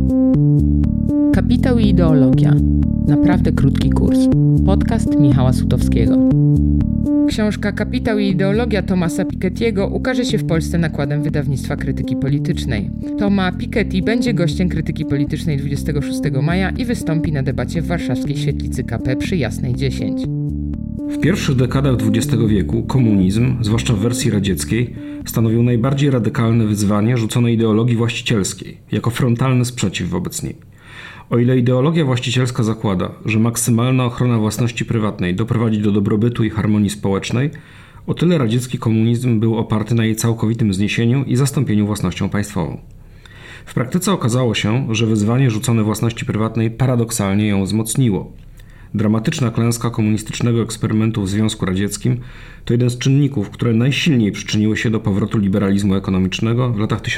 Kapitał i ideologia. Naprawdę krótki kurs. Podcast Michała Sutowskiego. Książka Kapitał i ideologia Thomasa Piketty'ego ukaże się w Polsce nakładem wydawnictwa Krytyki Politycznej. Thomas Piketty będzie gościem Krytyki Politycznej 26 maja i wystąpi na debacie w warszawskiej świetlicy KP przy Jasnej 10. W pierwszych dekadach XX wieku komunizm, zwłaszcza w wersji radzieckiej, stanowił najbardziej radykalne wyzwanie rzucone ideologii właścicielskiej, jako frontalny sprzeciw wobec niej. O ile ideologia właścicielska zakłada, że maksymalna ochrona własności prywatnej doprowadzi do dobrobytu i harmonii społecznej, o tyle radziecki komunizm był oparty na jej całkowitym zniesieniu i zastąpieniu własnością państwową. W praktyce okazało się, że wyzwanie rzucone własności prywatnej paradoksalnie ją wzmocniło. Dramatyczna klęska komunistycznego eksperymentu w Związku Radzieckim to jeden z czynników, które najsilniej przyczyniły się do powrotu liberalizmu ekonomicznego w latach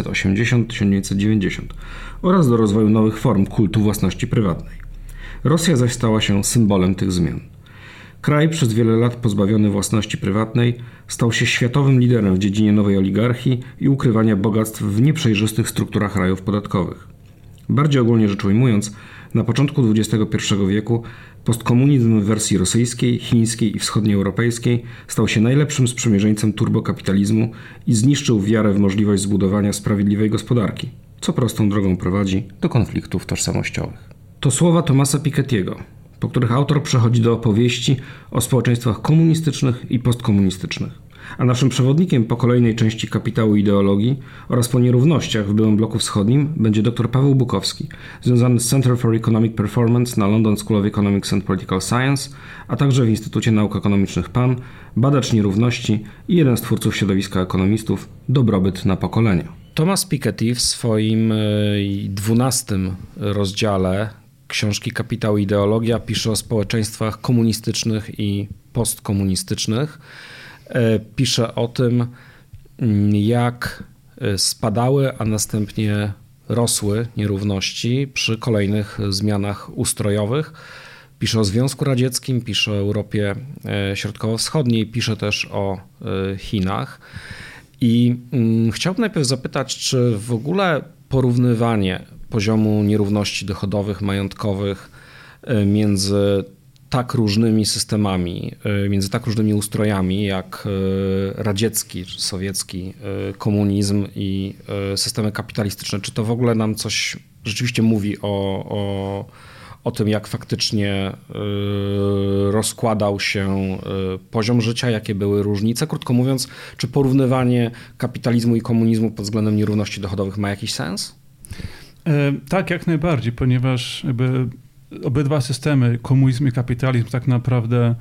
1980-1990 oraz do rozwoju nowych form kultu własności prywatnej. Rosja zaś stała się symbolem tych zmian. Kraj przez wiele lat pozbawiony własności prywatnej stał się światowym liderem w dziedzinie nowej oligarchii i ukrywania bogactw w nieprzejrzystych strukturach rajów podatkowych. Bardziej ogólnie rzecz ujmując, na początku XXI wieku postkomunizm w wersji rosyjskiej, chińskiej i wschodnioeuropejskiej stał się najlepszym sprzymierzeńcem turbokapitalizmu i zniszczył wiarę w możliwość zbudowania sprawiedliwej gospodarki, co prostą drogą prowadzi do konfliktów tożsamościowych. To słowa Thomasa Piketty'ego, po których autor przechodzi do opowieści o społeczeństwach komunistycznych i postkomunistycznych. A naszym przewodnikiem po kolejnej części Kapitału Ideologii oraz po nierównościach w byłym bloku wschodnim będzie dr Paweł Bukowski, związany z Center for Economic Performance na London School of Economics and Political Science, a także w Instytucie Nauk Ekonomicznych PAN, badacz nierówności i jeden z twórców środowiska ekonomistów Dobrobyt na pokolenia. Thomas Piketty w swoim 12 rozdziale książki Kapitał i Ideologia pisze o społeczeństwach komunistycznych i postkomunistycznych. Pisze o tym, jak spadały, a następnie rosły nierówności przy kolejnych zmianach ustrojowych. Pisze o Związku Radzieckim, pisze o Europie Środkowo-Wschodniej, pisze też o Chinach. I chciałbym najpierw zapytać, czy w ogóle porównywanie poziomu nierówności dochodowych, majątkowych między tak różnymi systemami, między tak różnymi ustrojami jak radziecki czy sowiecki komunizm i systemy kapitalistyczne, czy to w ogóle nam coś rzeczywiście mówi o tym, jak faktycznie rozkładał się poziom życia, jakie były różnice? Krótko mówiąc, czy porównywanie kapitalizmu i komunizmu pod względem nierówności dochodowych ma jakiś sens? Tak, jak najbardziej, ponieważ obydwa systemy, komunizm i kapitalizm, tak naprawdę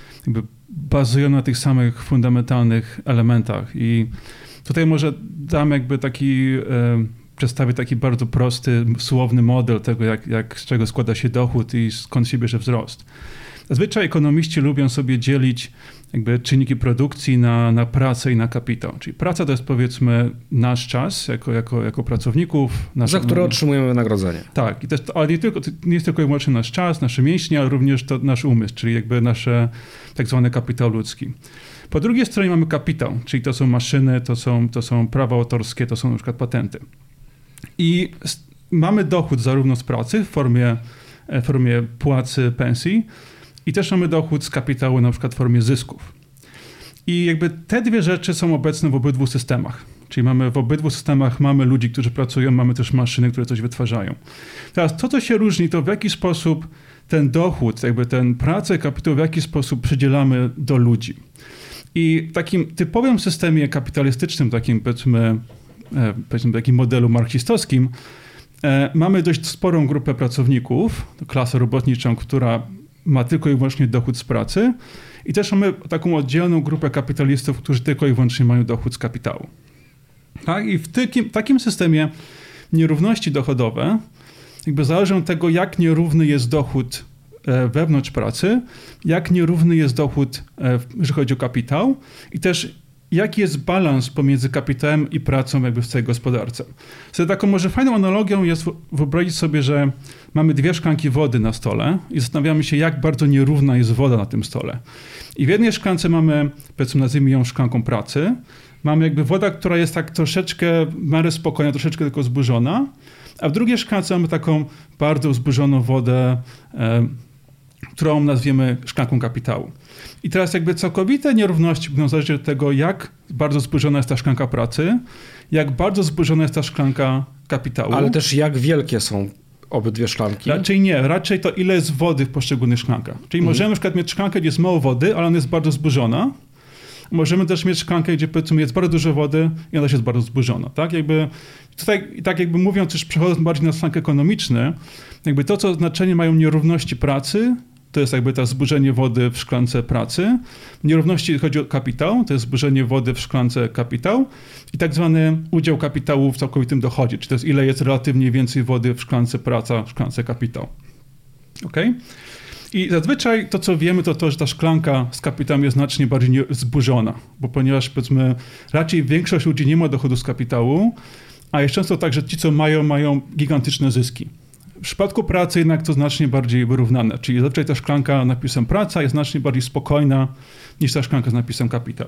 bazują na tych samych fundamentalnych elementach. I tutaj może dam przedstawię taki bardzo prosty, słowny model tego, z czego składa się dochód i skąd się bierze wzrost. Zazwyczaj ekonomiści lubią sobie dzielić czynniki produkcji na pracę i na kapitał. Czyli praca to jest, powiedzmy, nasz czas jako pracowników. Za które otrzymujemy wynagrodzenie. Tak, ale nie jest tylko i wyłącznie nasz czas, nasze mięśnie, ale również to nasz umysł, czyli nasze tak zwany kapitał ludzki. Po drugiej stronie mamy kapitał, czyli to są maszyny, to są prawa autorskie, to są na przykład patenty. I mamy dochód zarówno z pracy w formie płacy, pensji, i też mamy dochód z kapitału na przykład w formie zysków. I te dwie rzeczy są obecne w obydwu systemach. Czyli w obydwu systemach mamy ludzi, którzy pracują, mamy też maszyny, które coś wytwarzają. Teraz to, co się różni, to w jaki sposób ten dochód, ten pracę, kapitał, w jaki sposób przydzielamy do ludzi. I w takim typowym systemie kapitalistycznym, powiedzmy takim modelu marksistowskim, mamy dość sporą grupę pracowników, klasę robotniczą, która ma tylko i wyłącznie dochód z pracy, i też mamy taką oddzielną grupę kapitalistów, którzy tylko i wyłącznie mają dochód z kapitału. Tak? I w takim systemie nierówności dochodowe zależą od tego, jak nierówny jest dochód wewnątrz pracy, jak nierówny jest dochód, jeżeli chodzi o kapitał, i też jaki jest balans pomiędzy kapitałem i pracą w całej gospodarce. Taką może fajną analogią jest wyobrazić sobie, że mamy dwie szklanki wody na stole i zastanawiamy się, jak bardzo nierówna jest woda na tym stole. I w jednej szklance mamy, powiedzmy, nazwijmy ją szklanką pracy, mamy woda, która jest tak troszeczkę w miarę spokojna, troszeczkę tylko zburzona, A w drugiej szklance mamy taką bardzo wzburzoną wodę, którą nazwiemy szklanką kapitału. I teraz jakby całkowite nierówności będą zależeć od tego, jak bardzo zburzona jest ta szklanka pracy, jak bardzo zburzona jest ta szklanka kapitału. Ale też jak wielkie są obydwie szklanki? Raczej nie. Raczej to ile jest wody w poszczególnych szklankach. Czyli możemy na przykład mieć szklankę, gdzie jest mało wody, ale ona jest bardzo zburzona. Możemy też mieć szklankę, gdzie powiedzmy jest bardzo dużo wody i ona jest bardzo zburzona. Tak? Tak jakby mówiąc, już przechodząc bardziej na slang ekonomiczny, jakby to, co znaczenie mają nierówności pracy, to jest jakby to zburzenie wody w szklance pracy. Nierówności, jeśli chodzi o kapitał, to jest zburzenie wody w szklance kapitał i tak zwany udział kapitału w całkowitym dochodzie, czyli to jest ile jest relatywnie więcej wody w szklance praca, w szklance kapitał. Okay? I zazwyczaj to, co wiemy, to to, że ta szklanka z kapitałem jest znacznie bardziej zburzona, bo ponieważ powiedzmy raczej większość ludzi nie ma dochodu z kapitału, a jest często tak, że ci, co mają gigantyczne zyski. W przypadku pracy jednak to znacznie bardziej wyrównane, czyli zazwyczaj ta szklanka z napisem praca jest znacznie bardziej spokojna niż ta szklanka z napisem kapitał.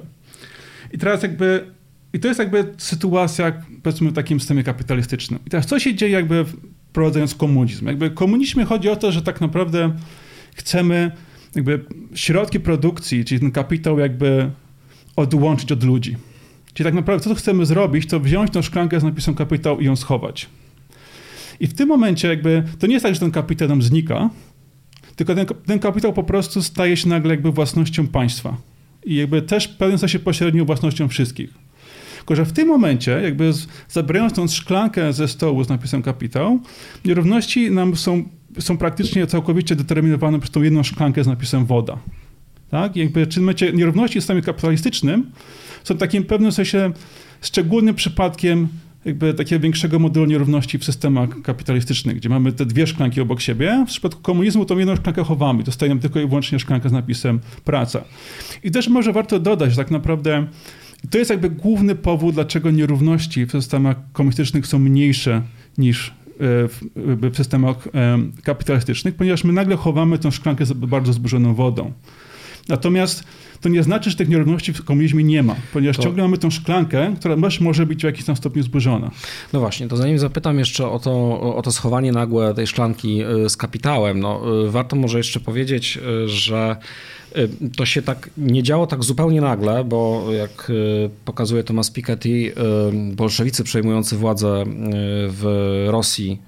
I to jest jakby sytuacja, powiedzmy, w takim systemie kapitalistycznym. I teraz co się dzieje jakby wprowadzając komunizm? Jakby w komunizmie chodzi o to, że tak naprawdę chcemy jakby środki produkcji, czyli ten kapitał jakby odłączyć od ludzi. Czyli tak naprawdę to, co chcemy zrobić, to wziąć tą szklankę z napisem kapitał i ją schować. I w tym momencie jakby to nie jest tak, że ten kapitał nam znika, tylko ten kapitał po prostu staje się nagle jakby własnością państwa. I jakby też w pewnym sensie pośrednią własnością wszystkich. Tylko że w tym momencie, jakby zabierając tą szklankę ze stołu z napisem kapitał, nierówności nam są praktycznie całkowicie determinowane przez tą jedną szklankę z napisem woda. Tak? I jakby nierówności w systemie kapitalistycznym są takim w pewnym sensie szczególnym przypadkiem jakby takiego większego modelu nierówności w systemach kapitalistycznych, gdzie mamy te dwie szklanki obok siebie. W przypadku komunizmu tą jedną szklankę chowamy, dostaje nam tylko i wyłącznie szklankę z napisem praca. I też może warto dodać, że tak naprawdę to jest jakby główny powód, dlaczego nierówności w systemach komunistycznych są mniejsze niż w systemach kapitalistycznych, ponieważ my nagle chowamy tą szklankę z bardzo zburzoną wodą. Natomiast to nie znaczy, że tych nierówności w komunizmie nie ma, ponieważ ciągle mamy tą szklankę, która też może być w jakimś tam stopniu zburzona. No właśnie, to zanim zapytam jeszcze o to schowanie nagłe tej szklanki z kapitałem, warto może jeszcze powiedzieć, że to się tak nie działo tak zupełnie nagle, bo jak pokazuje Thomas Piketty, bolszewicy przejmujący władzę w Rosji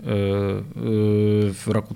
w roku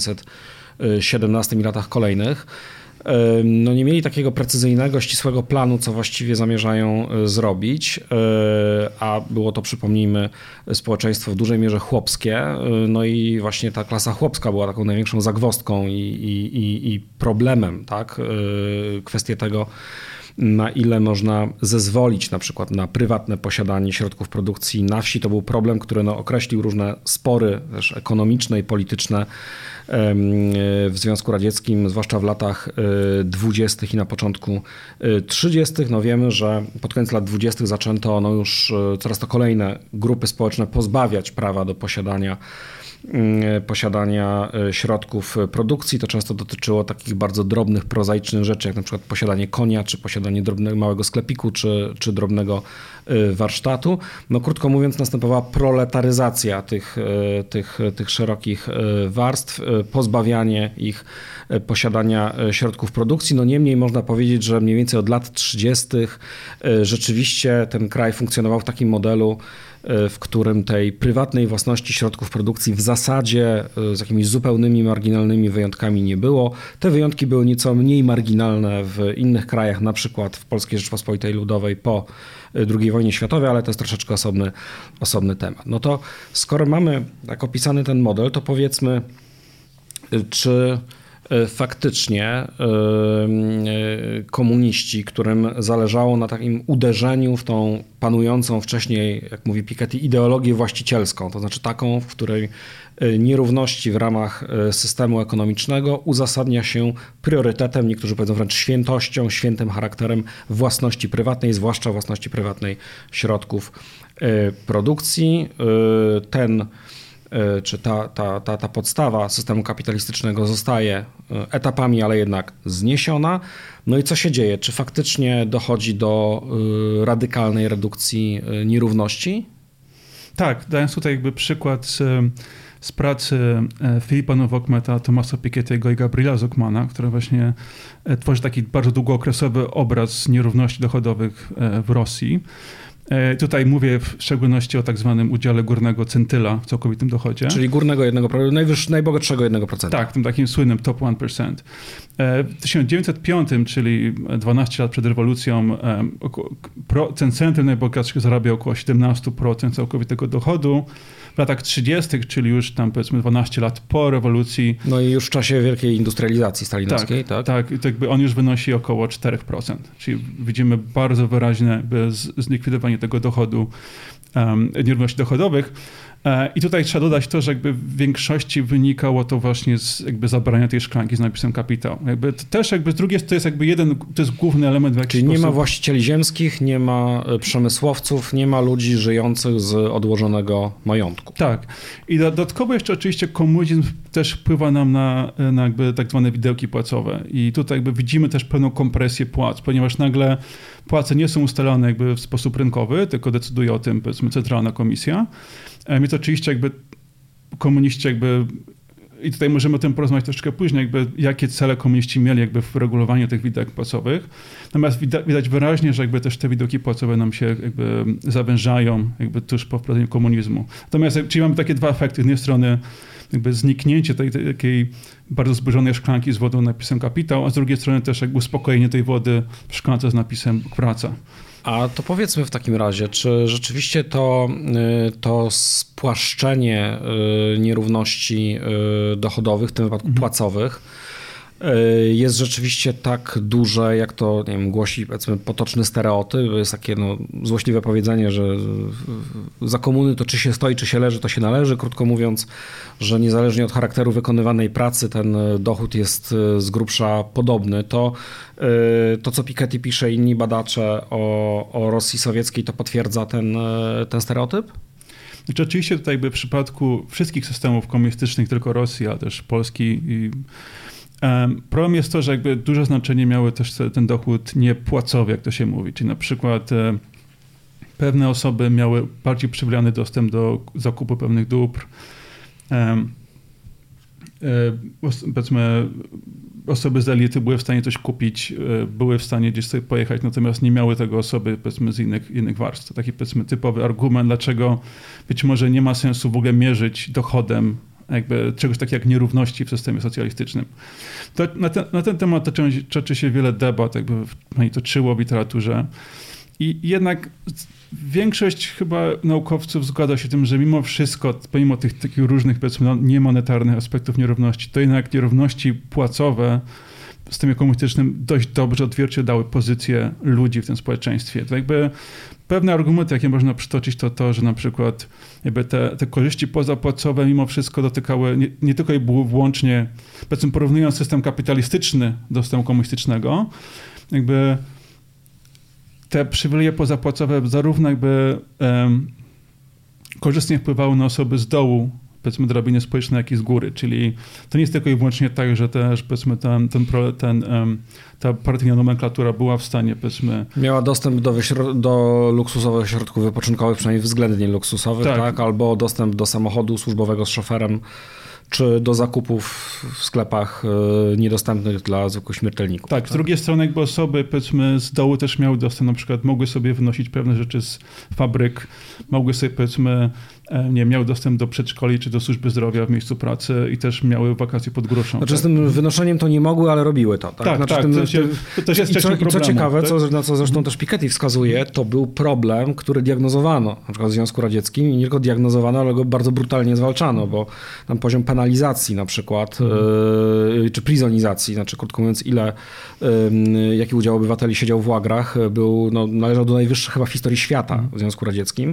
1917 i latach kolejnych, nie mieli takiego precyzyjnego, ścisłego planu, co właściwie zamierzają zrobić, a było to, przypomnijmy, społeczeństwo w dużej mierze chłopskie, i właśnie ta klasa chłopska była taką największą zagwozdką i problemem, tak? Kwestie tego, na ile można zezwolić na przykład na prywatne posiadanie środków produkcji na wsi, to był problem, który określił różne spory też ekonomiczne i polityczne w Związku Radzieckim, zwłaszcza w latach 20. i na początku 30. Wiemy, że pod koniec lat 20. zaczęto już coraz to kolejne grupy społeczne pozbawiać prawa do posiadania środków produkcji. To często dotyczyło takich bardzo drobnych, prozaicznych rzeczy, jak na przykład posiadanie konia, czy posiadanie małego sklepiku, czy drobnego warsztatu. Krótko mówiąc, następowała proletaryzacja tych szerokich warstw, pozbawianie ich posiadania środków produkcji. Niemniej można powiedzieć, że mniej więcej od lat 30. rzeczywiście ten kraj funkcjonował w takim modelu, w którym tej prywatnej własności środków produkcji w zasadzie z jakimiś zupełnymi marginalnymi wyjątkami nie było. Te wyjątki były nieco mniej marginalne w innych krajach, na przykład w Polskiej Rzeczpospolitej Ludowej po II wojnie światowej, ale to jest troszeczkę osobny temat. To skoro mamy tak opisany ten model, to powiedzmy, czy faktycznie komuniści, którym zależało na takim uderzeniu w tą panującą wcześniej, jak mówi Piketty, ideologię właścicielską, to znaczy taką, w której nierówności w ramach systemu ekonomicznego uzasadnia się priorytetem, niektórzy powiedzą wręcz świętością, świętym charakterem własności prywatnej, zwłaszcza własności prywatnej środków produkcji. Czy ta podstawa systemu kapitalistycznego zostaje etapami, ale jednak zniesiona. I co się dzieje? Czy faktycznie dochodzi do radykalnej redukcji nierówności? Tak, dając tutaj jakby przykład z pracy Filipa Nowokmeta, Thomasa Piketty'ego i Gabriela Zuckmana, które właśnie tworzy taki bardzo długookresowy obraz nierówności dochodowych w Rosji. Tutaj mówię w szczególności o tak zwanym udziale górnego centyla w całkowitym dochodzie. Czyli górnego 1%, najbogatszego 1%. Tak, tym takim słynnym top 1%. W 1905, czyli 12 lat przed rewolucją, ten centyl najbogatszy zarabiał około 17% całkowitego dochodu. W latach 30., czyli już tam powiedzmy 12 lat po rewolucji. No i już w czasie wielkiej industrializacji stalinowskiej, tak? Tak, i to jakby on już wynosi około 4%. Czyli widzimy bardzo wyraźne zlikwidowanie tego dochodu, nierówności dochodowych. I tutaj trzeba dodać to, że jakby w większości wynikało to właśnie z jakby zabrania tej szklanki z napisem kapitał. Jakby to też jakby z drugiej to jest jakby to jest główny element w jakiś Czyli sposób. nie ma właścicieli ziemskich, nie ma przemysłowców, nie ma ludzi żyjących z odłożonego majątku. Tak. I dodatkowo jeszcze oczywiście komunizm też wpływa nam na jakby tak zwane widełki płacowe. I tutaj jakby widzimy też pewną kompresję płac, ponieważ nagle płace nie są ustalane jakby w sposób rynkowy, tylko decyduje o tym powiedzmy centralna komisja. Więc oczywiście jakby komuniści jakby, i tutaj możemy o tym porozmawiać troszkę później, jakby jakie cele komuniści mieli jakby w regulowaniu tych widełek płacowych. Natomiast widać wyraźnie, że jakby też te widełki płacowe nam się jakby zawężają jakby tuż po wprowadzeniu komunizmu. Natomiast czyli mamy takie dwa efekty. Z jednej strony jakby zniknięcie tej takiej bardzo zburzonej szklanki z wodą napisem kapitał, a z drugiej strony też jakby uspokojenie tej wody w szklance z napisem praca. A to powiedzmy w takim razie, czy rzeczywiście to spłaszczenie nierówności dochodowych, w tym wypadku płacowych, jest rzeczywiście tak duże, jak to nie wiem, głosi powiedzmy potoczny stereotyp. Jest takie złośliwe powiedzenie, że za komuny to czy się stoi, czy się leży, to się należy. Krótko mówiąc, że niezależnie od charakteru wykonywanej pracy ten dochód jest z grubsza podobny. To co Piketty pisze i inni badacze o Rosji sowieckiej, to potwierdza ten stereotyp? Znaczy, oczywiście tutaj jakby w przypadku wszystkich systemów komunistycznych, tylko Rosji, ale też Polski problem jest to, że jakby duże znaczenie miały też ten dochód niepłacowy, jak to się mówi. Czyli na przykład pewne osoby miały bardziej przywilejowany dostęp do zakupu pewnych dóbr. Powiedzmy, osoby z elity były w stanie coś kupić, były w stanie gdzieś sobie pojechać, natomiast nie miały tego osoby powiedzmy z innych warstw. To taki powiedzmy typowy argument, dlaczego być może nie ma sensu w ogóle mierzyć dochodem jakby czegoś takiego jak nierówności w systemie socjalistycznym. Na ten temat toczy się wiele debat, jakby toczyło w literaturze. I jednak większość chyba naukowców zgadza się tym, że mimo wszystko, pomimo tych takich różnych powiedzmy niemonetarnych aspektów nierówności, to jednak nierówności płacowe w systemie komunistycznym dość dobrze odzwierciedlały pozycję ludzi w tym społeczeństwie. To jakby pewne argumenty, jakie można przytoczyć, to że na przykład jakby te korzyści pozapłacowe mimo wszystko dotykały nie tylko i wyłącznie, powiedzmy porównując system kapitalistyczny do systemu komunistycznego, jakby te przywileje pozapłacowe zarówno jakby korzystnie wpływały na osoby z dołu, powiedzmy drabiny społecznej, jak i z góry, czyli to nie jest tylko i wyłącznie tak, że też powiedzmy ta partyjna nomenklatura była w stanie powiedzmy... Miała dostęp do luksusowych środków wypoczynkowych, przynajmniej względnie luksusowych, tak? Albo dostęp do samochodu służbowego z szoferem, czy do zakupów w sklepach niedostępnych dla zwykłych śmiertelników. Tak, z drugiej strony jakby osoby powiedzmy z dołu też miały dostęp, na przykład mogły sobie wynosić pewne rzeczy z fabryk, mogły sobie powiedzmy, miały dostęp do przedszkoli czy do służby zdrowia w miejscu pracy i też miały wakacje pod gruszą. Znaczy z tym wynoszeniem to nie mogły, ale robiły to. Tak, znaczy, to też jest I co ciekawe, tak? Na co zresztą też Piketty wskazuje, to był problem, który diagnozowano, na przykład w Związku Radzieckim i nie tylko diagnozowano, ale go bardzo brutalnie zwalczano, bo tam poziom penalizacji na przykład, czy prizonizacji, znaczy krótko mówiąc jaki udział obywateli siedział w łagrach, należał do najwyższych chyba w historii świata w Związku Radzieckim.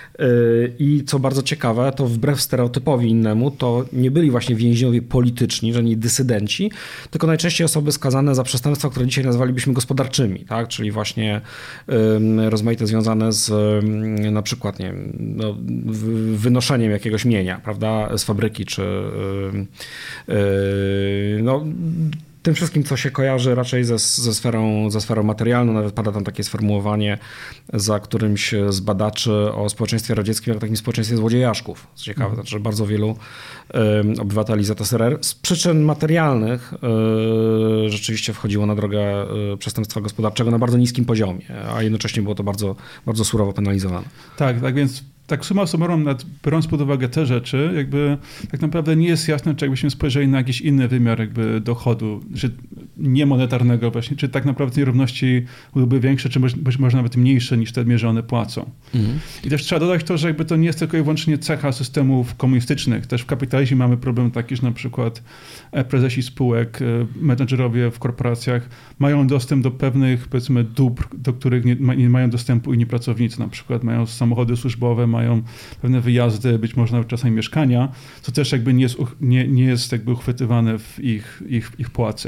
I co bardzo ciekawe, to wbrew stereotypowi innemu, to nie byli właśnie więźniowie polityczni, żadni dysydenci, tylko najczęściej osoby skazane za przestępstwa, które dzisiaj nazwalibyśmy gospodarczymi, tak? Czyli właśnie rozmaite związane z na przykład nie wiem, wynoszeniem jakiegoś mienia, prawda, z fabryki, czy tym wszystkim, co się kojarzy raczej ze sferą materialną. Nawet pada tam takie sformułowanie za którymś z badaczy o społeczeństwie radzieckim, jak takim społeczeństwie złodziejaszków. Co ciekawe, znaczy bardzo wielu obywateli ZSRR z przyczyn materialnych rzeczywiście wchodziło na drogę przestępstwa gospodarczego na bardzo niskim poziomie, a jednocześnie było to bardzo, bardzo surowo penalizowane. Tak więc tak summa summarum, biorąc pod uwagę te rzeczy, jakby tak naprawdę nie jest jasne, czy jakbyśmy spojrzeli na jakiś inny wymiar jakby dochodu, czy niemonetarnego właśnie, czy tak naprawdę nierówności byłyby większe, czy być może nawet mniejsze niż te mierzone płacą. I też trzeba dodać to, że jakby to nie jest tylko i wyłącznie cecha systemów komunistycznych. Też w kapitalizmie mamy problem taki, że na przykład prezesi spółek, menedżerowie w korporacjach mają dostęp do pewnych, powiedzmy, dóbr, do których nie mają dostępu inni pracownicy. Na przykład mają samochody służbowe, mają pewne wyjazdy, być może nawet czasami mieszkania, co też jakby nie jest jakby uchwytywane w ich płacy.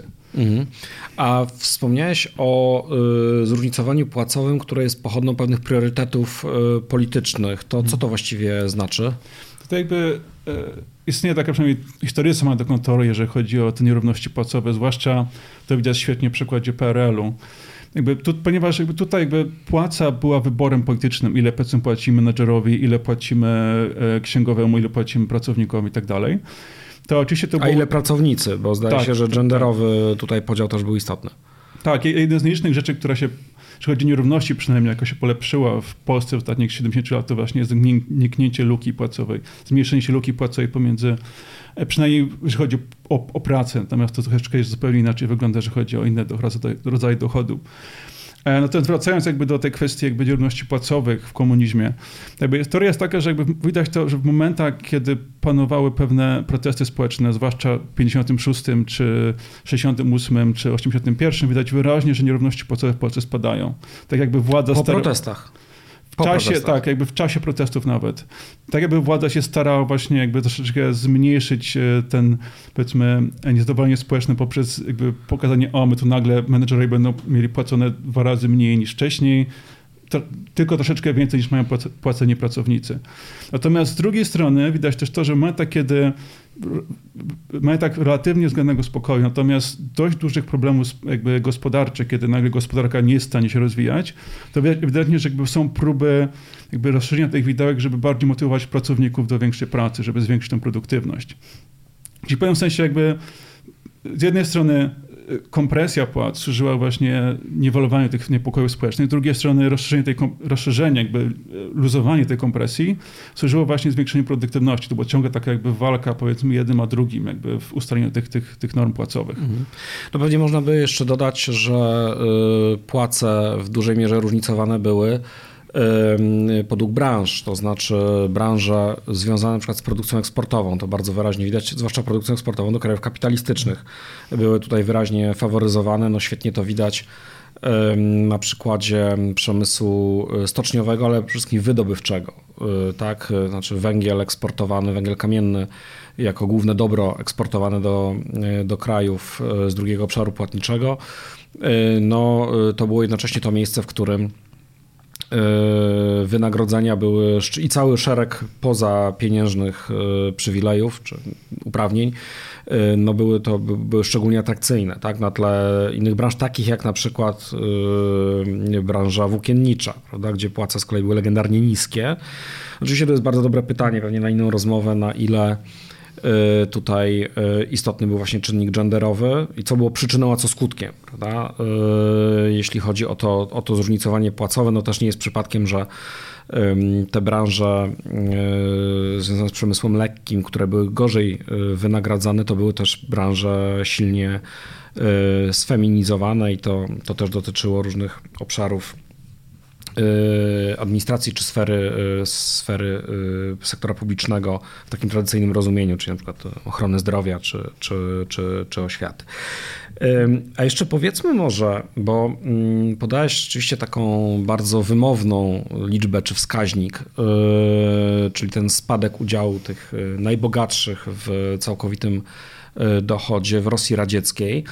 A wspomniałeś o zróżnicowaniu płacowym, które jest pochodną pewnych priorytetów politycznych. To co to właściwie znaczy? To jakby istnieje taka przynajmniej historycy ma taką teorię, jeżeli chodzi o te nierówności płacowe, zwłaszcza to widać świetnie w przykładzie PRL-u. Ponieważ tutaj płaca była wyborem politycznym, ile płacimy menedżerowi, ile płacimy księgowemu, ile płacimy pracownikowi i tak dalej. To oczywiście to było... A ile pracownicy? Bo zdaje się, że genderowy tutaj podział też był istotny. Tak, jedna z nielicznych rzeczy, która się, jeśli chodzi o nierówności, przynajmniej jakoś się polepszyła w Polsce w ostatnich 70 lat, to właśnie jest zniknięcie luki płacowej, zmniejszenie się luki płacowej pomiędzy, przynajmniej jeśli chodzi o pracę, natomiast to troszeczkę jest zupełnie inaczej wygląda, jeżeli chodzi o inne rodzaje dochodu. Natomiast wracając do tej kwestii nierówności płacowych w komunizmie, teoria jest taka, że widać to, że w momentach, kiedy panowały pewne protesty społeczne, zwłaszcza w 56, czy 68, czy 81, widać wyraźnie, że nierówności płacowe w Polsce spadają. Tak jakby władza... Po protestach. W czasie protestów nawet. Tak jakby władza się starała właśnie troszeczkę zmniejszyć ten, powiedzmy, niezadowolenie społeczne poprzez pokazanie, my tu nagle menedżerowie będą mieli płacone 2 razy mniej niż wcześniej, tylko troszeczkę więcej niż mają płaceni pracownicy. Natomiast z drugiej strony widać też to, że w momentach, kiedy mamy tak relatywnie względnego spokoju, natomiast dość dużych problemów gospodarczych, kiedy nagle gospodarka nie jest w stanie się rozwijać, to ewidentnie, że są próby rozszerzenia tych widełek, żeby bardziej motywować pracowników do większej pracy, żeby zwiększyć tę produktywność. Czyli w pewnym sensie z jednej strony kompresja płac służyła właśnie niwelowaniu tych niepokojów społecznych, z drugiej strony rozszerzenie, luzowanie tej kompresji służyło właśnie zwiększeniu produktywności. To była ciągle taka walka, powiedzmy, jednym a drugim w ustaleniu tych norm płacowych. No pewnie można by jeszcze dodać, że płace w dużej mierze różnicowane były podług branż, to znaczy branże związane na przykład z produkcją eksportową, to bardzo wyraźnie widać, zwłaszcza produkcją eksportową do krajów kapitalistycznych, były tutaj wyraźnie faworyzowane. No świetnie to widać na przykładzie przemysłu stoczniowego, ale przede wszystkim wydobywczego. Tak? Znaczy węgiel eksportowany, węgiel kamienny jako główne dobro eksportowane do krajów z drugiego obszaru płatniczego. No, to było jednocześnie to miejsce, w którym wynagrodzenia były i cały szereg pozapieniężnych przywilejów czy uprawnień, no były szczególnie atrakcyjne, tak? Na tle innych branż, takich jak na przykład branża włókiennicza, prawda? Gdzie płace z kolei były legendarnie niskie. Oczywiście to jest bardzo dobre pytanie, pewnie na inną rozmowę, na ile tutaj istotny był właśnie czynnik genderowy i co było przyczyną, a co skutkiem, prawda? Jeśli chodzi o to zróżnicowanie płacowe, no też nie jest przypadkiem, że te branże związane z przemysłem lekkim, które były gorzej wynagradzane, to były też branże silnie sfeminizowane i to też dotyczyło różnych obszarów administracji czy sfery sektora publicznego w takim tradycyjnym rozumieniu, czyli na przykład ochrony zdrowia czy oświaty. A jeszcze powiedzmy może, bo podałeś rzeczywiście taką bardzo wymowną liczbę czy wskaźnik, czyli ten spadek udziału tych najbogatszych w całkowitym dochodzie w Rosji radzieckiej,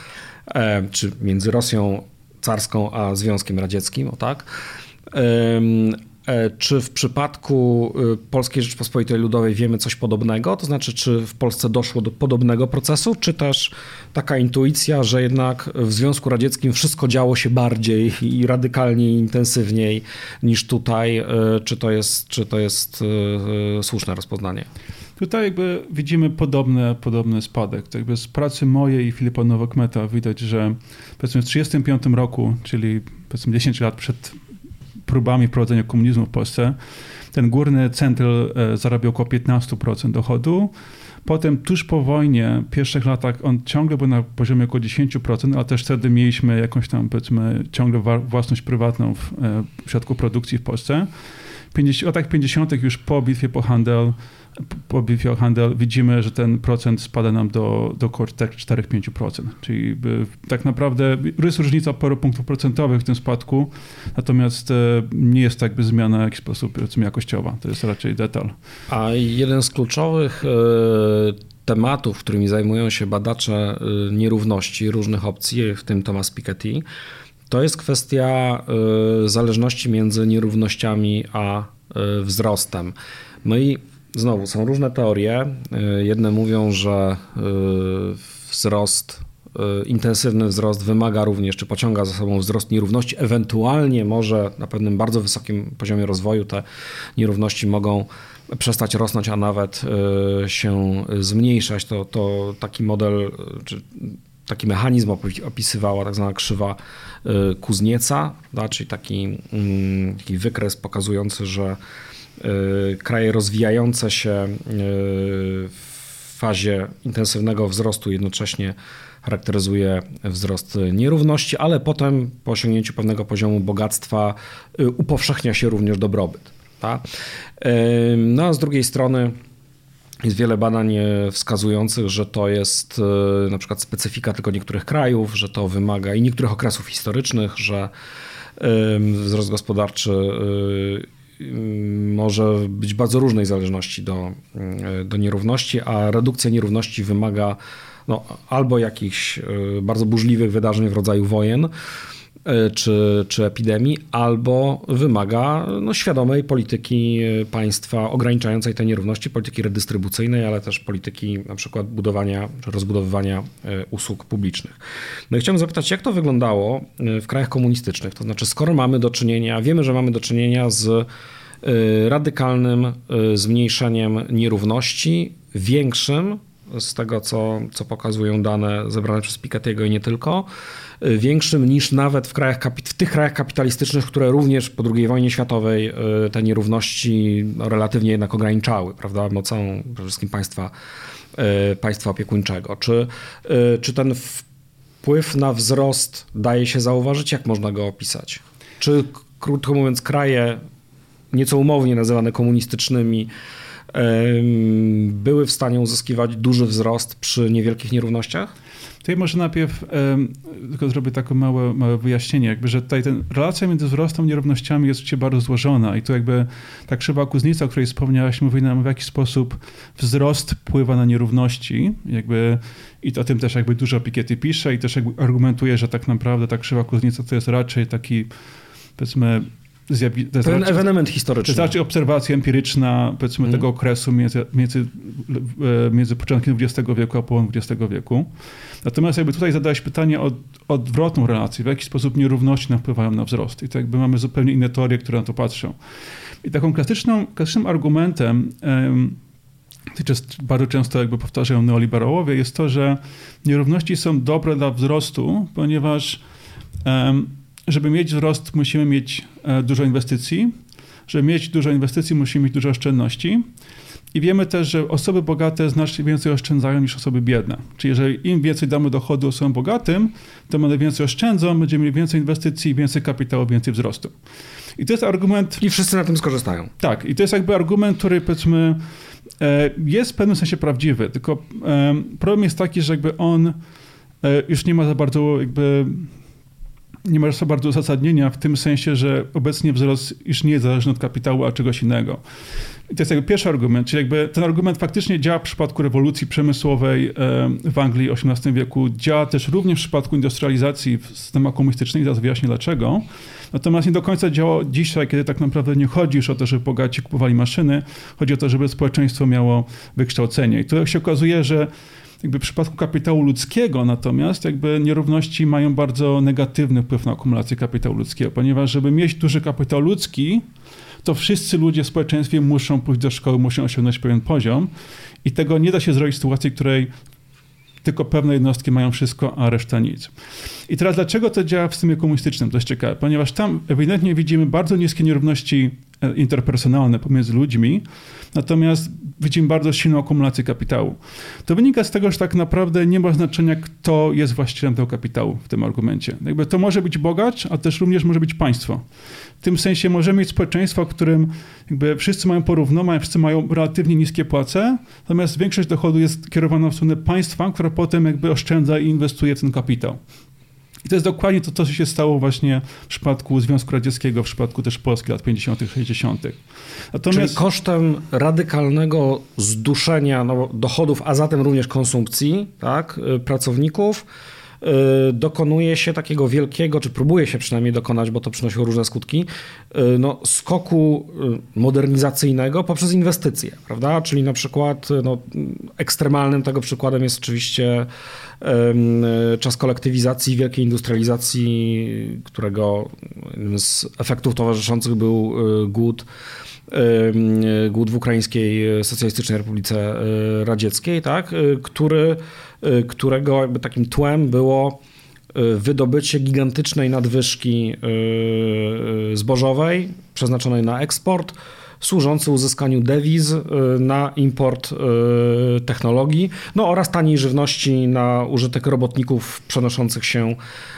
czy między Rosją carską a Związkiem Radzieckim, o tak. Czy w przypadku Polskiej Rzeczpospolitej Ludowej wiemy coś podobnego? To znaczy, czy w Polsce doszło do podobnego procesu, czy też taka intuicja, że jednak w Związku Radzieckim wszystko działo się bardziej i radykalniej, intensywniej niż tutaj? Czy to jest słuszne rozpoznanie? Tutaj jakby widzimy podobny spadek. To jakby z pracy mojej i Filipa Nowokmeta widać, że powiedzmy w 1935 roku, czyli powiedzmy 10 lat przed próbami wprowadzenia komunizmu w Polsce, ten górny centyl zarabiał około 15% dochodu. Potem tuż po wojnie, w pierwszych latach on ciągle był na poziomie około 10%, ale też wtedy mieliśmy jakąś tam powiedzmy ciągle własność prywatną w środku produkcji w Polsce. W latach 50. już po bitwie o handel widzimy, że ten procent spada nam do około 4-5%. Czyli tak naprawdę jest różnica paru punktów procentowych w tym spadku, natomiast nie jest to jakby zmiana w jakiś sposób jakościowa. To jest raczej detal. A jeden z kluczowych tematów, którymi zajmują się badacze nierówności różnych opcji, w tym Thomas Piketty, to jest kwestia zależności między nierównościami a wzrostem. No i znowu są różne teorie. Jedne mówią, że intensywny wzrost wymaga również, czy pociąga za sobą wzrost nierówności. Ewentualnie może na pewnym bardzo wysokim poziomie rozwoju te nierówności mogą przestać rosnąć, a nawet się zmniejszać. To taki model, czy taki mechanizm opisywała tak zwana krzywa Kuznieca, czyli taki wykres pokazujący, że kraje rozwijające się w fazie intensywnego wzrostu jednocześnie charakteryzuje wzrost nierówności, ale potem po osiągnięciu pewnego poziomu bogactwa upowszechnia się również dobrobyt. Tak? No a z drugiej strony jest wiele badań wskazujących, że to jest na przykład specyfika tylko niektórych krajów, że to wymaga i niektórych okresów historycznych, że wzrost gospodarczy może być bardzo różnej zależności do nierówności, a redukcja nierówności wymaga albo jakichś bardzo burzliwych wydarzeń w rodzaju wojen czy epidemii, albo wymaga świadomej polityki państwa ograniczającej te nierówności, polityki redystrybucyjnej, ale też polityki na przykład budowania czy rozbudowywania usług publicznych. No i chciałbym zapytać, jak to wyglądało w krajach komunistycznych? To znaczy, skoro wiemy, że mamy do czynienia z radykalnym zmniejszeniem nierówności, większym z tego, co pokazują dane zebrane przez Piketty'ego i nie tylko, większym niż nawet w tych krajach kapitalistycznych, które również po II wojnie światowej te nierówności relatywnie jednak ograniczały, prawda, mocą przede wszystkim państwa opiekuńczego. Czy ten wpływ na wzrost daje się zauważyć? Jak można go opisać? Czy, krótko mówiąc, kraje nieco umownie nazywane komunistycznymi były w stanie uzyskiwać duży wzrost przy niewielkich nierównościach? Tutaj może najpierw tylko zrobię takie małe wyjaśnienie, jakby, że tutaj relacja między wzrostem i nierównościami jest oczywiście bardzo złożona i tu jakby ta krzywa Kuznica, o której wspomniałaś, mówi nam, w jaki sposób wzrost wpływa na nierówności, jakby, i o tym też jakby dużo Piketty pisze i też jakby argumentuje, że tak naprawdę ta krzywa Kuznica to jest raczej taki, powiedzmy, ten ewenement historyczny. To jest raczej obserwacja empiryczna, powiedzmy, tego okresu między początkiem XX wieku a połową XX wieku. Natomiast jakby tutaj zadałeś pytanie o odwrotną relację, w jaki sposób nierówności wpływają na wzrost. I to jakby mamy zupełnie inne teorie, które na to patrzą. I taką klasycznym argumentem, który bardzo często jakby powtarzają neoliberałowie, jest to, że nierówności są dobre dla wzrostu, ponieważ żeby mieć wzrost, musimy mieć dużo inwestycji. Żeby mieć dużo inwestycji, musimy mieć dużo oszczędności. I wiemy też, że osoby bogate znacznie więcej oszczędzają niż osoby biedne. Czyli jeżeli im więcej damy dochodu osobom bogatym, to one więcej oszczędzą, będziemy mieli więcej inwestycji, więcej kapitału, więcej wzrostu. I to jest argument... I wszyscy na tym skorzystają. Tak. I to jest jakby argument, który, powiedzmy, jest w pewnym sensie prawdziwy. Tylko problem jest taki, że jakby on już nie ma za bardzo jakby nie ma za bardzo uzasadnienia w tym sensie, że obecnie wzrost już nie jest zależny od kapitału, a czegoś innego. I to jest jakby pierwszy argument, czyli jakby ten argument faktycznie działa w przypadku rewolucji przemysłowej w Anglii w XVIII wieku, działa też również w przypadku industrializacji w systemach komunistycznych, zaraz wyjaśnię dlaczego. Natomiast nie do końca działa dzisiaj, kiedy tak naprawdę nie chodzi już o to, żeby bogaci kupowali maszyny, chodzi o to, żeby społeczeństwo miało wykształcenie. I tu się okazuje, że jakby w przypadku kapitału ludzkiego natomiast jakby nierówności mają bardzo negatywny wpływ na akumulację kapitału ludzkiego, ponieważ żeby mieć duży kapitał ludzki, to wszyscy ludzie w społeczeństwie muszą pójść do szkoły, muszą osiągnąć pewien poziom i tego nie da się zrobić w sytuacji, w której tylko pewne jednostki mają wszystko, a reszta nic. I teraz dlaczego to działa w systemie komunistycznym? To jest ciekawe, ponieważ tam ewidentnie widzimy bardzo niskie nierówności interpersonalne pomiędzy ludźmi, natomiast widzimy bardzo silną akumulację kapitału. To wynika z tego, że tak naprawdę nie ma znaczenia, kto jest właścicielem tego kapitału w tym argumencie. Jakby to może być bogacz, a też również może być państwo. W tym sensie możemy mieć społeczeństwo, w którym jakby wszyscy mają porówno, wszyscy mają relatywnie niskie płace, natomiast większość dochodu jest kierowana w stronę państwa, które potem jakby oszczędza i inwestuje w ten kapitał. I to jest dokładnie to, co się stało właśnie w przypadku Związku Radzieckiego, w przypadku też Polski lat 50., 60. Czyli kosztem radykalnego zduszenia dochodów, a zatem również konsumpcji, tak, pracowników, dokonuje się takiego wielkiego, czy próbuje się przynajmniej dokonać, bo to przynosi różne skutki, skoku modernizacyjnego poprzez inwestycje, prawda? Czyli na przykład ekstremalnym tego przykładem jest oczywiście czas kolektywizacji, wielkiej industrializacji, którego jednym z efektów towarzyszących był głód w Ukraińskiej Socjalistycznej Republice Radzieckiej, tak? Którego jakby takim tłem było wydobycie gigantycznej nadwyżki zbożowej przeznaczonej na eksport, służący uzyskaniu dewiz na import technologii, oraz taniej żywności na użytek robotników przenoszących się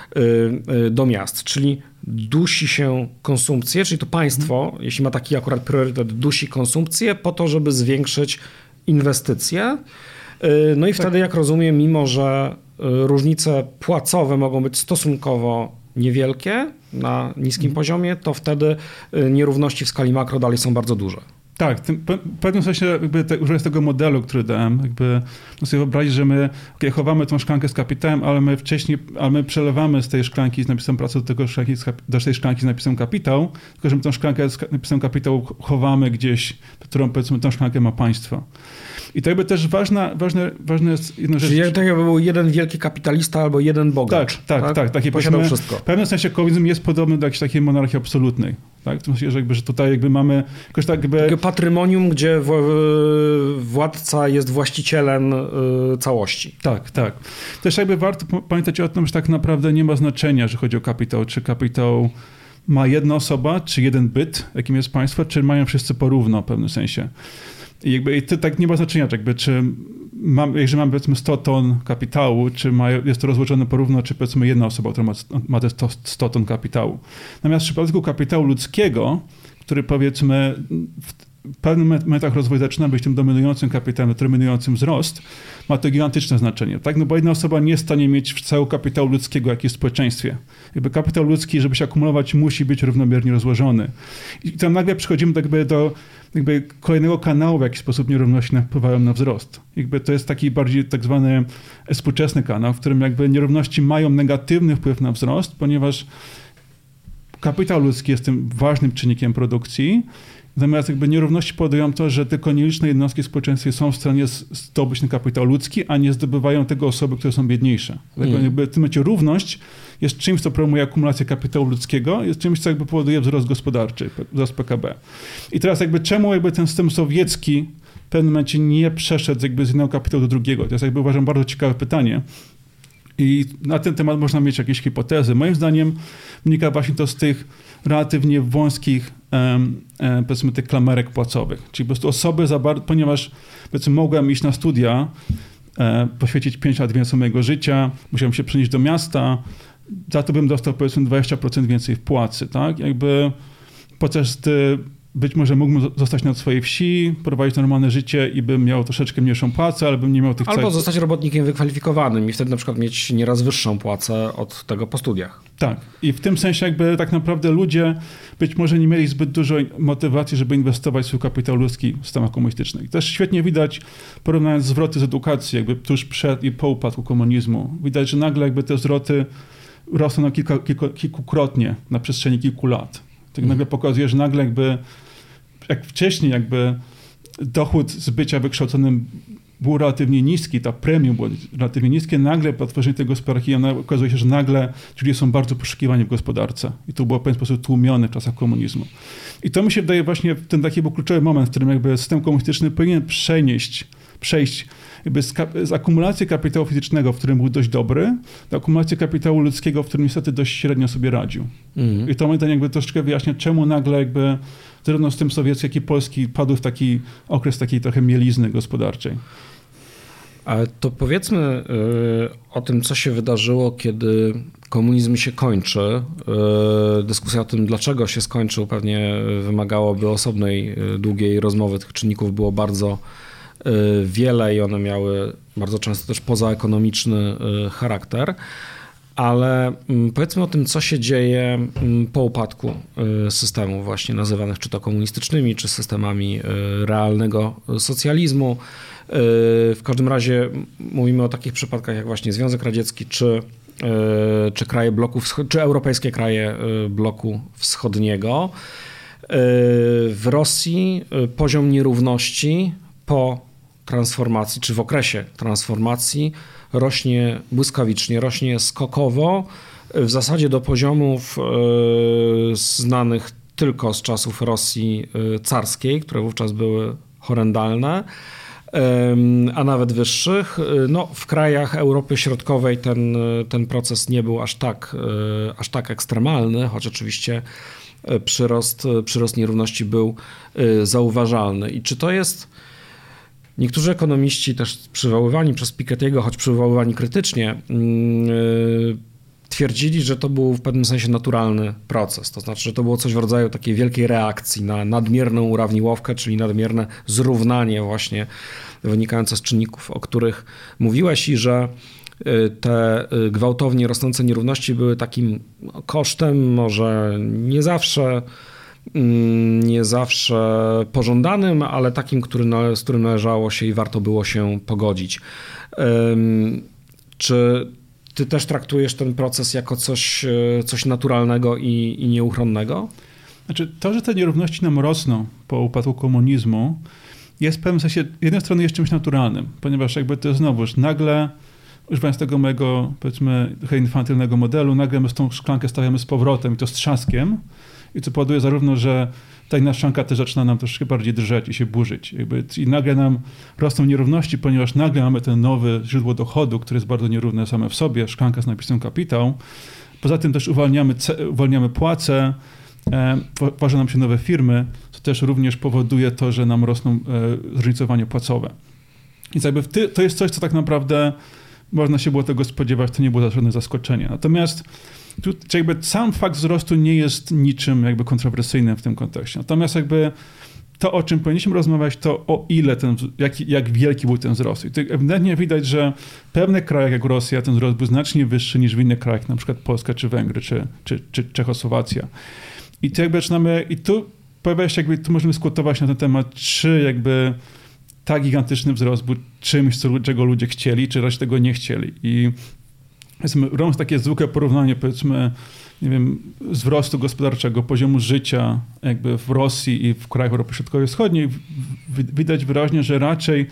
do miast. Czyli dusi się konsumpcję, czyli to państwo, jeśli ma taki akurat priorytet, dusi konsumpcję po to, żeby zwiększyć inwestycje. No i wtedy, jak rozumiem, mimo że różnice płacowe mogą być stosunkowo niewielkie na niskim poziomie, to wtedy nierówności w skali makro dalej są bardzo duże. Tak, w pewnym sensie jakby używając tego modelu, który dałem, jakby sobie wyobrazić, że my chowamy tą szklankę z kapitałem, ale my przelewamy z tej szklanki z napisem pracy do tej szklanki z napisem kapitał, tylko że my tą szklankę z napisem kapitał chowamy gdzieś, którą powiedzmy tą szklankę ma państwo. I to jakby też ważne jest jedna rzecz. Czyli tak jakby był jeden wielki kapitalista albo jeden bogacz. Tak. Takie posiadał wszystko. W pewnym sensie komunizm jest podobny do jakiejś takiej monarchii absolutnej. Tak? W tym sensie, że tutaj jakby mamy jakoś tak jakby... Takie patrymonium, gdzie władca jest właścicielem całości. Tak. Też jakby warto pamiętać o tym, że tak naprawdę nie ma znaczenia, że chodzi o kapitał. Czy kapitał ma jedna osoba, czy jeden byt, jakim jest państwo, czy mają wszyscy porówno w pewnym sensie. I to tak nie ma znaczenia, jeżeli mamy powiedzmy 100 ton kapitału, czy jest to rozłożone porówno, czy powiedzmy jedna osoba, która ma te 100 ton kapitału. Natomiast w przypadku kapitału ludzkiego, który powiedzmy w pewnych momentach rozwoju zaczyna być tym dominującym kapitałem, determinującym wzrost, ma to gigantyczne znaczenie. Tak? Bo jedna osoba nie jest w stanie mieć całego kapitału ludzkiego, jaki jest w społeczeństwie. Kapitał ludzki, żeby się akumulować, musi być równomiernie rozłożony. I tam nagle przechodzimy do kolejnego kanału, w jaki sposób nierówności wpływają na wzrost. To jest taki bardziej tak zwany współczesny kanał, w którym nierówności mają negatywny wpływ na wzrost, ponieważ kapitał ludzki jest tym ważnym czynnikiem produkcji. Natomiast nierówności powodują to, że tylko nieliczne jednostki w społeczeństwie są w stanie zdobyć ten kapitał ludzki, a nie zdobywają tego osoby, które są biedniejsze. W tym momencie równość jest czymś, co promuje akumulację kapitału ludzkiego, jest czymś, co powoduje wzrost gospodarczy, wzrost PKB. I teraz czemu ten system sowiecki w pewnym momencie nie przeszedł z jednego kapitału do drugiego? To jest uważam bardzo ciekawe pytanie. I na ten temat można mieć jakieś hipotezy. Moim zdaniem wynika właśnie to z tych relatywnie wąskich, powiedzmy, tych klamerek płacowych. Czyli po prostu osoby ponieważ powiedzmy mogłem iść na studia, poświęcić 5 lat więcej mojego życia, musiałem się przenieść do miasta, za to bym dostał powiedzmy 20% więcej w płacy, tak? Podczas gdy być może mógłbym zostać na swojej wsi, prowadzić normalne życie i bym miał troszeczkę mniejszą płacę, ale bym nie miał tych Albo zostać robotnikiem wykwalifikowanym i wtedy na przykład mieć nieraz wyższą płacę od tego po studiach. Tak. I w tym sensie jakby tak naprawdę ludzie być może nie mieli zbyt dużo motywacji, żeby inwestować w swój kapitał ludzki w systemach komunistycznych. I też świetnie widać, porównując zwroty z edukacji, jakby tuż przed i po upadku komunizmu. Widać, że nagle jakby te zwroty rosną na kilkukrotnie na przestrzeni kilku lat. Tak nagle pokazuje, że nagle jakby, jak wcześniej jakby dochód z bycia wykształconym był relatywnie niski, ta premium było relatywnie niskie, nagle po tworzeniu tej gospodarki okazuje się, że nagle ci ludzie są bardzo poszukiwani w gospodarce. I to było w pewien sposób tłumione w czasach komunizmu. I to mi się wydaje właśnie ten taki był kluczowy moment, w którym jakby system komunistyczny powinien przejść jakby z akumulacji kapitału fizycznego, w którym był dość dobry, do akumulacji kapitału ludzkiego, w którym niestety dość średnio sobie radził. I to moim zdaniem jakby troszeczkę wyjaśnia, czemu nagle jakby zarówno system sowiecki, jak i polski padł w taki okres takiej trochę mielizny gospodarczej. Ale to powiedzmy o tym, co się wydarzyło, kiedy komunizm się kończy. Dyskusja o tym, dlaczego się skończył, pewnie wymagałoby osobnej, długiej rozmowy. Tych czynników było bardzo wiele i one miały bardzo często też pozaekonomiczny charakter. Ale powiedzmy o tym, co się dzieje po upadku systemów właśnie nazywanych czy to komunistycznymi, czy systemami realnego socjalizmu. W każdym razie mówimy o takich przypadkach jak właśnie Związek Radziecki, czy kraje bloku czy europejskie kraje bloku wschodniego. W Rosji poziom nierówności po transformacji, czy w okresie transformacji rośnie błyskawicznie, rośnie skokowo, w zasadzie do poziomów znanych tylko z czasów Rosji carskiej, które wówczas były horrendalne, a nawet wyższych. No, w krajach Europy Środkowej ten proces nie był aż tak ekstremalny, choć oczywiście przyrost nierówności był zauważalny. I czy to jest... Niektórzy ekonomiści, też przywoływani przez Piketty'ego, choć przywoływani krytycznie, twierdzili, że to był w pewnym sensie naturalny proces. To znaczy, że to było coś w rodzaju takiej wielkiej reakcji na nadmierną urawniłowkę, czyli nadmierne zrównanie właśnie wynikające z czynników, o których mówiłeś, i że te gwałtownie rosnące nierówności były takim kosztem, może nie zawsze pożądanym, ale takim, z którym należało się i warto było się pogodzić. Czy ty też traktujesz ten proces jako coś naturalnego i nieuchronnego? Znaczy, to, że te nierówności nam rosną po upadku komunizmu, jest w pewnym sensie, z jednej strony jest czymś naturalnym, ponieważ jakby to znowuż nagle, używając tego mojego, powiedzmy, trochę infantylnego modelu, nagle my tą szklankę stawiamy z powrotem i to z trzaskiem, i co powoduje zarówno, że ta inna szklanka też zaczyna nam troszkę bardziej drżeć i się burzyć. I nagle nam rosną nierówności, ponieważ nagle mamy ten nowe źródło dochodu, które jest bardzo nierówne same w sobie, szklanka z napisem kapitał. Poza tym też uwalniamy płace, tworzą nam się nowe firmy, co też również powoduje to, że nam rosną zróżnicowanie płacowe. Więc jakby to jest coś, co tak naprawdę można się było tego spodziewać, to nie było żadne zaskoczenie. Natomiast tu jakby sam fakt wzrostu nie jest niczym jakby kontrowersyjnym w tym kontekście. Natomiast jakby to, o czym powinniśmy rozmawiać, to o ile jak wielki był ten wzrost. I to ewidentnie widać, że w pewnych krajach jak Rosja ten wzrost był znacznie wyższy niż w innych krajach, na przykład Polska, czy Węgry, czy Czechosłowacja. I to jakby zaczynamy, i tu pojawia się jakby, tu możemy skłotować na ten temat, czy jakby tak gigantyczny wzrost był czymś, czego ludzie chcieli, czy raczej tego nie chcieli. I robiąc takie zwykłe porównanie, powiedzmy, nie wiem, wzrostu gospodarczego, poziomu życia jakby w Rosji i w krajach Europy Środkowej i Wschodniej, widać wyraźnie, że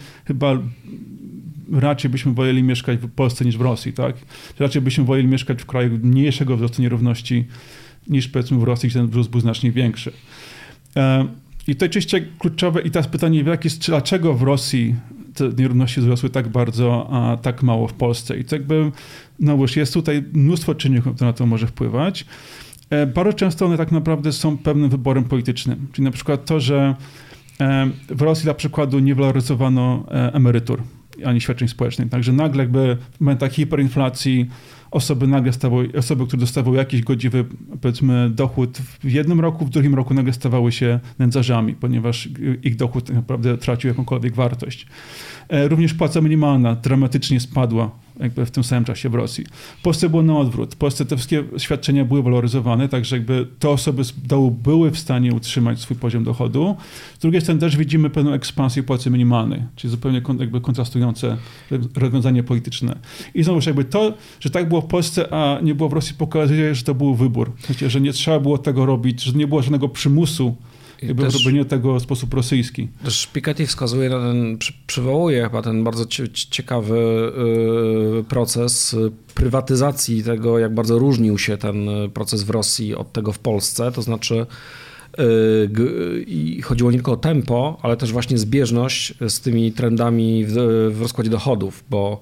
raczej byśmy woleli mieszkać w Polsce niż w Rosji, tak? Raczej byśmy woleli mieszkać w kraju mniejszego wzrostu nierówności niż, powiedzmy, w Rosji, gdzie ten wzrost był znacznie większy. I to oczywiście kluczowe, i teraz pytanie, dlaczego w Rosji te nierówności wzrosły tak bardzo, a tak mało w Polsce? I to jakby, no już jest tutaj mnóstwo czynników, które na to może wpływać. Bardzo często one tak naprawdę są pewnym wyborem politycznym. Czyli na przykład to, że w Rosji dla przykładu nie waloryzowano emerytur. ani świadczeń społecznych. Także nagle jakby w momentach hiperinflacji osoby, które dostawały jakiś godziwy, powiedzmy, dochód w jednym roku, w drugim roku nagle stawały się nędzarzami, ponieważ ich dochód tak naprawdę tracił jakąkolwiek wartość. Również płaca minimalna dramatycznie spadła jakby w tym samym czasie w Rosji. W Polsce było na odwrót. W Polsce te wszystkie świadczenia były waloryzowane, także jakby te osoby z dołu były w stanie utrzymać swój poziom dochodu. Z drugiej strony też widzimy pewną ekspansję płacy minimalnej, czyli zupełnie jakby kontrastujące rozwiązanie polityczne. I znowuż jakby to, że tak było w Polsce, a nie było w Rosji, pokazuje, że to był wybór. W sensie, że nie trzeba było tego robić, że nie było żadnego przymusu jakby robienie tego w sposób rosyjski. Też Piketty wskazuje na przywołuje chyba ten bardzo ciekawy proces prywatyzacji tego, jak bardzo różnił się ten proces w Rosji od tego w Polsce. To znaczy i chodziło nie tylko o tempo, ale też właśnie zbieżność z tymi trendami w rozkładzie dochodów, bo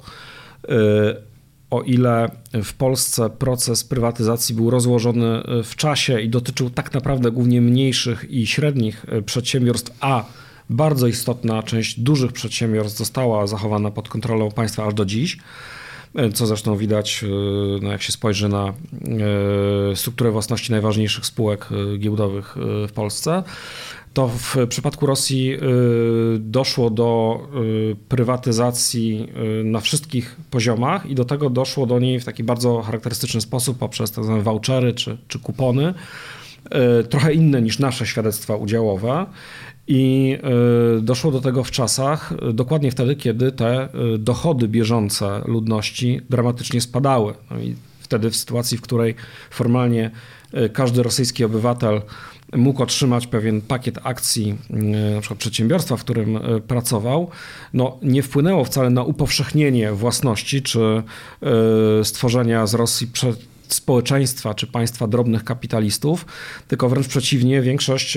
o ile w Polsce proces prywatyzacji był rozłożony w czasie i dotyczył tak naprawdę głównie mniejszych i średnich przedsiębiorstw, a bardzo istotna część dużych przedsiębiorstw została zachowana pod kontrolą państwa aż do dziś, co zresztą widać, no jak się spojrzy na strukturę własności najważniejszych spółek giełdowych w Polsce, to w przypadku Rosji doszło do prywatyzacji na wszystkich poziomach i do tego doszło do niej w taki bardzo charakterystyczny sposób poprzez tak zwane vouchery czy kupony, trochę inne niż nasze świadectwa udziałowe. I doszło do tego w czasach, dokładnie wtedy, kiedy te dochody bieżące ludności dramatycznie spadały. No i wtedy w sytuacji, w której formalnie każdy rosyjski obywatel mógł otrzymać pewien pakiet akcji na przykład przedsiębiorstwa, w którym pracował, no nie wpłynęło wcale na upowszechnienie własności czy stworzenia z Rosji społeczeństwa czy państwa drobnych kapitalistów, tylko wręcz przeciwnie, większość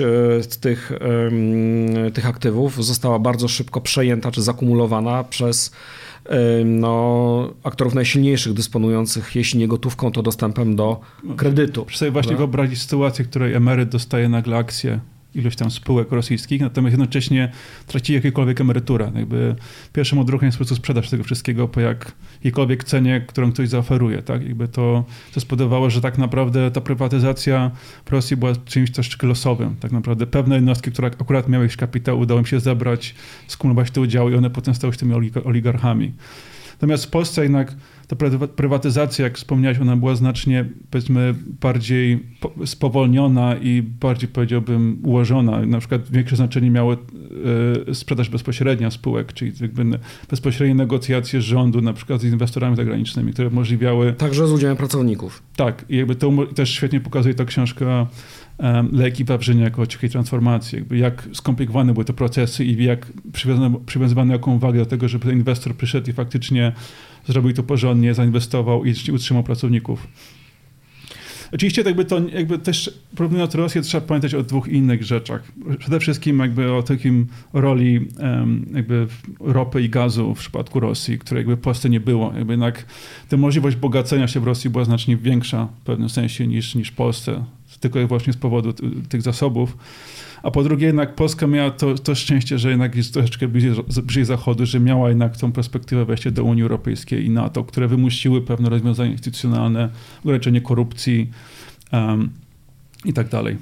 tych aktywów została bardzo szybko przejęta czy zakumulowana przez aktorów najsilniejszych, dysponujących, jeśli nie gotówką, to dostępem do kredytu. Proszę sobie właśnie wyobrazić sytuację, w której emeryt dostaje nagle akcję ilość tam spółek rosyjskich, natomiast jednocześnie traci jakiekolwiek emeryturę. Jakby pierwszym odruchem jest po prostu sprzedaż tego wszystkiego po jakiejkolwiek cenie, którą ktoś zaoferuje. Tak? Jakby to spowodowało, że tak naprawdę ta prywatyzacja w Rosji była czymś troszeczkę losowym. Tak naprawdę pewne jednostki, które akurat miały jakiś kapitał, udało im się zebrać, skumulować te udziały i one potem stały się tymi oligarchami. Natomiast w Polsce jednak ta prywatyzacja, jak wspomniałeś, ona była znacznie, powiedzmy, bardziej spowolniona i bardziej, powiedziałbym, ułożona. Na przykład większe znaczenie miało sprzedaż bezpośrednia spółek, czyli jakby bezpośrednie negocjacje rządu, na przykład z inwestorami zagranicznymi, które umożliwiały... Także z udziałem pracowników. Tak, i jakby to też świetnie pokazuje ta książka Lejki Wawrzyniak jako cichej transformacji, jakby jak skomplikowane były te procesy i jak przywiązywano jaką wagę do tego, żeby ten inwestor przyszedł i faktycznie zrobił to porządnie, zainwestował i utrzymał pracowników. Oczywiście jakby też porównując Rosję trzeba pamiętać o dwóch innych rzeczach. Przede wszystkim jakby o takim roli jakby ropy i gazu w przypadku Rosji, której jakby w Polsce nie było. Jakby jednak ta możliwość bogacenia się w Rosji była znacznie większa w pewnym sensie niż w Polsce, tylko i wyłącznie z powodu tych zasobów. A po drugie jednak Polska miała to szczęście, że jednak jest troszeczkę bliżej Zachodu, że miała jednak tą perspektywę wejścia do Unii Europejskiej i NATO, które wymusiły pewne rozwiązania instytucjonalne, ograniczenie korupcji i tak dalej.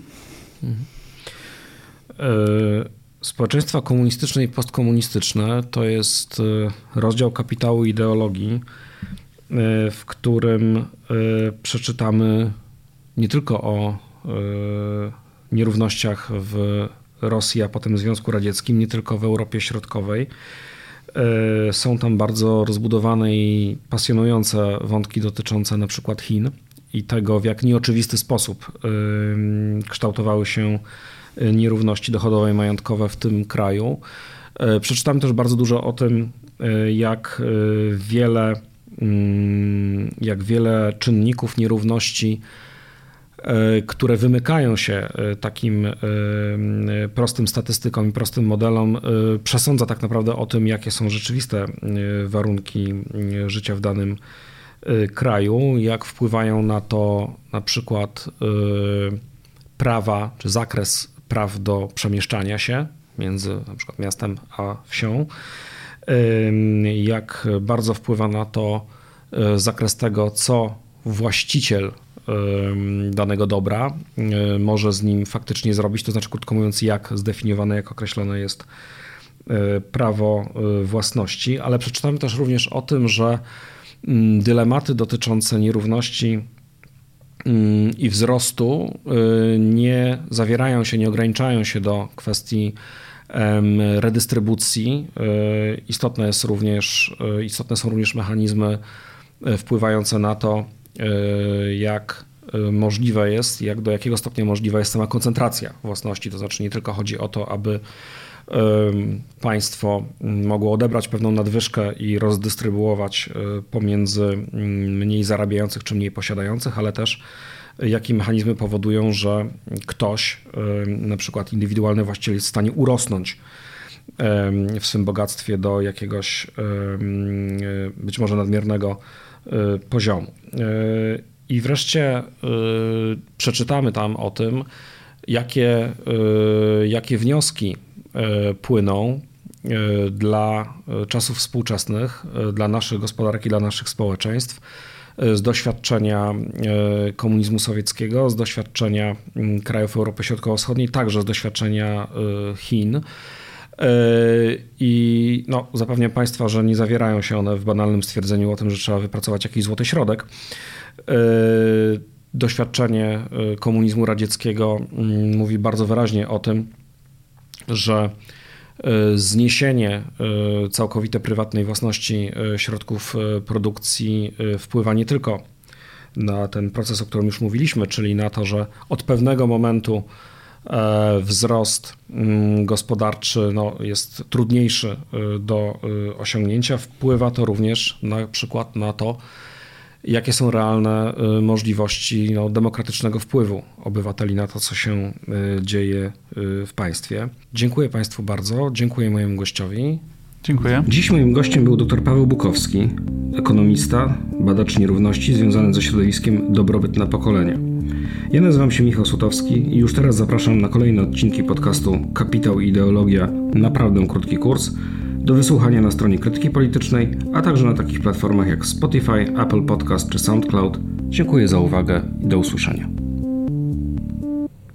Społeczeństwa komunistyczne i postkomunistyczne to jest rozdział kapitału i ideologii, w którym przeczytamy nie tylko o nierównościach w Rosji, a potem w Związku Radzieckim, nie tylko w Europie Środkowej. Są tam bardzo rozbudowane i pasjonujące wątki dotyczące na przykład Chin i tego, w jak nieoczywisty sposób kształtowały się nierówności dochodowe i majątkowe w tym kraju. Przeczytałem też bardzo dużo o tym, jak wiele czynników nierówności, które wymykają się takim prostym statystykom i prostym modelom, przesądza tak naprawdę o tym, jakie są rzeczywiste warunki życia w danym kraju, jak wpływają na to na przykład prawa czy zakres praw do przemieszczania się między na przykład miastem a wsią, jak bardzo wpływa na to zakres tego, co właściciel danego dobra może z nim faktycznie zrobić, to znaczy krótko mówiąc, jak zdefiniowane, jak określone jest prawo własności, ale przeczytamy też również o tym, że dylematy dotyczące nierówności i wzrostu nie zawierają się, nie ograniczają się do kwestii redystrybucji. Istotne są również mechanizmy wpływające na to, jak możliwe jest, do jakiego stopnia możliwa jest sama koncentracja własności. To znaczy nie tylko chodzi o to, aby państwo mogło odebrać pewną nadwyżkę i rozdystrybuować pomiędzy mniej zarabiających czy mniej posiadających, ale też jakie mechanizmy powodują, że ktoś, na przykład indywidualny właściciel, jest w stanie urosnąć w swym bogactwie do jakiegoś być może nadmiernego poziomu. I wreszcie przeczytamy tam o tym, jakie wnioski płyną dla czasów współczesnych, dla naszych gospodarek i dla naszych społeczeństw z doświadczenia komunizmu sowieckiego, z doświadczenia krajów Europy Środkowo-Wschodniej, także z doświadczenia Chin. I zapewniam Państwa, że nie zawierają się one w banalnym stwierdzeniu o tym, że trzeba wypracować jakiś złoty środek. Doświadczenie komunizmu radzieckiego mówi bardzo wyraźnie o tym, że zniesienie całkowite prywatnej własności środków produkcji wpływa nie tylko na ten proces, o którym już mówiliśmy, czyli na to, że od pewnego momentu wzrost gospodarczy jest trudniejszy do osiągnięcia. Wpływa to również na przykład na to, jakie są realne możliwości demokratycznego wpływu obywateli na to, co się dzieje w państwie. Dziękuję Państwu bardzo, dziękuję mojemu gościowi. Dziękuję. Dziś moim gościem był dr Paweł Bukowski, ekonomista, badacz nierówności związany ze środowiskiem Dobrobyt na pokolenia. Ja nazywam się Michał Sutowski i już teraz zapraszam na kolejne odcinki podcastu Kapitał i Ideologia. Naprawdę krótki kurs. Do wysłuchania na stronie Krytyki Politycznej, a także na takich platformach jak Spotify, Apple Podcast czy SoundCloud. Dziękuję za uwagę i do usłyszenia.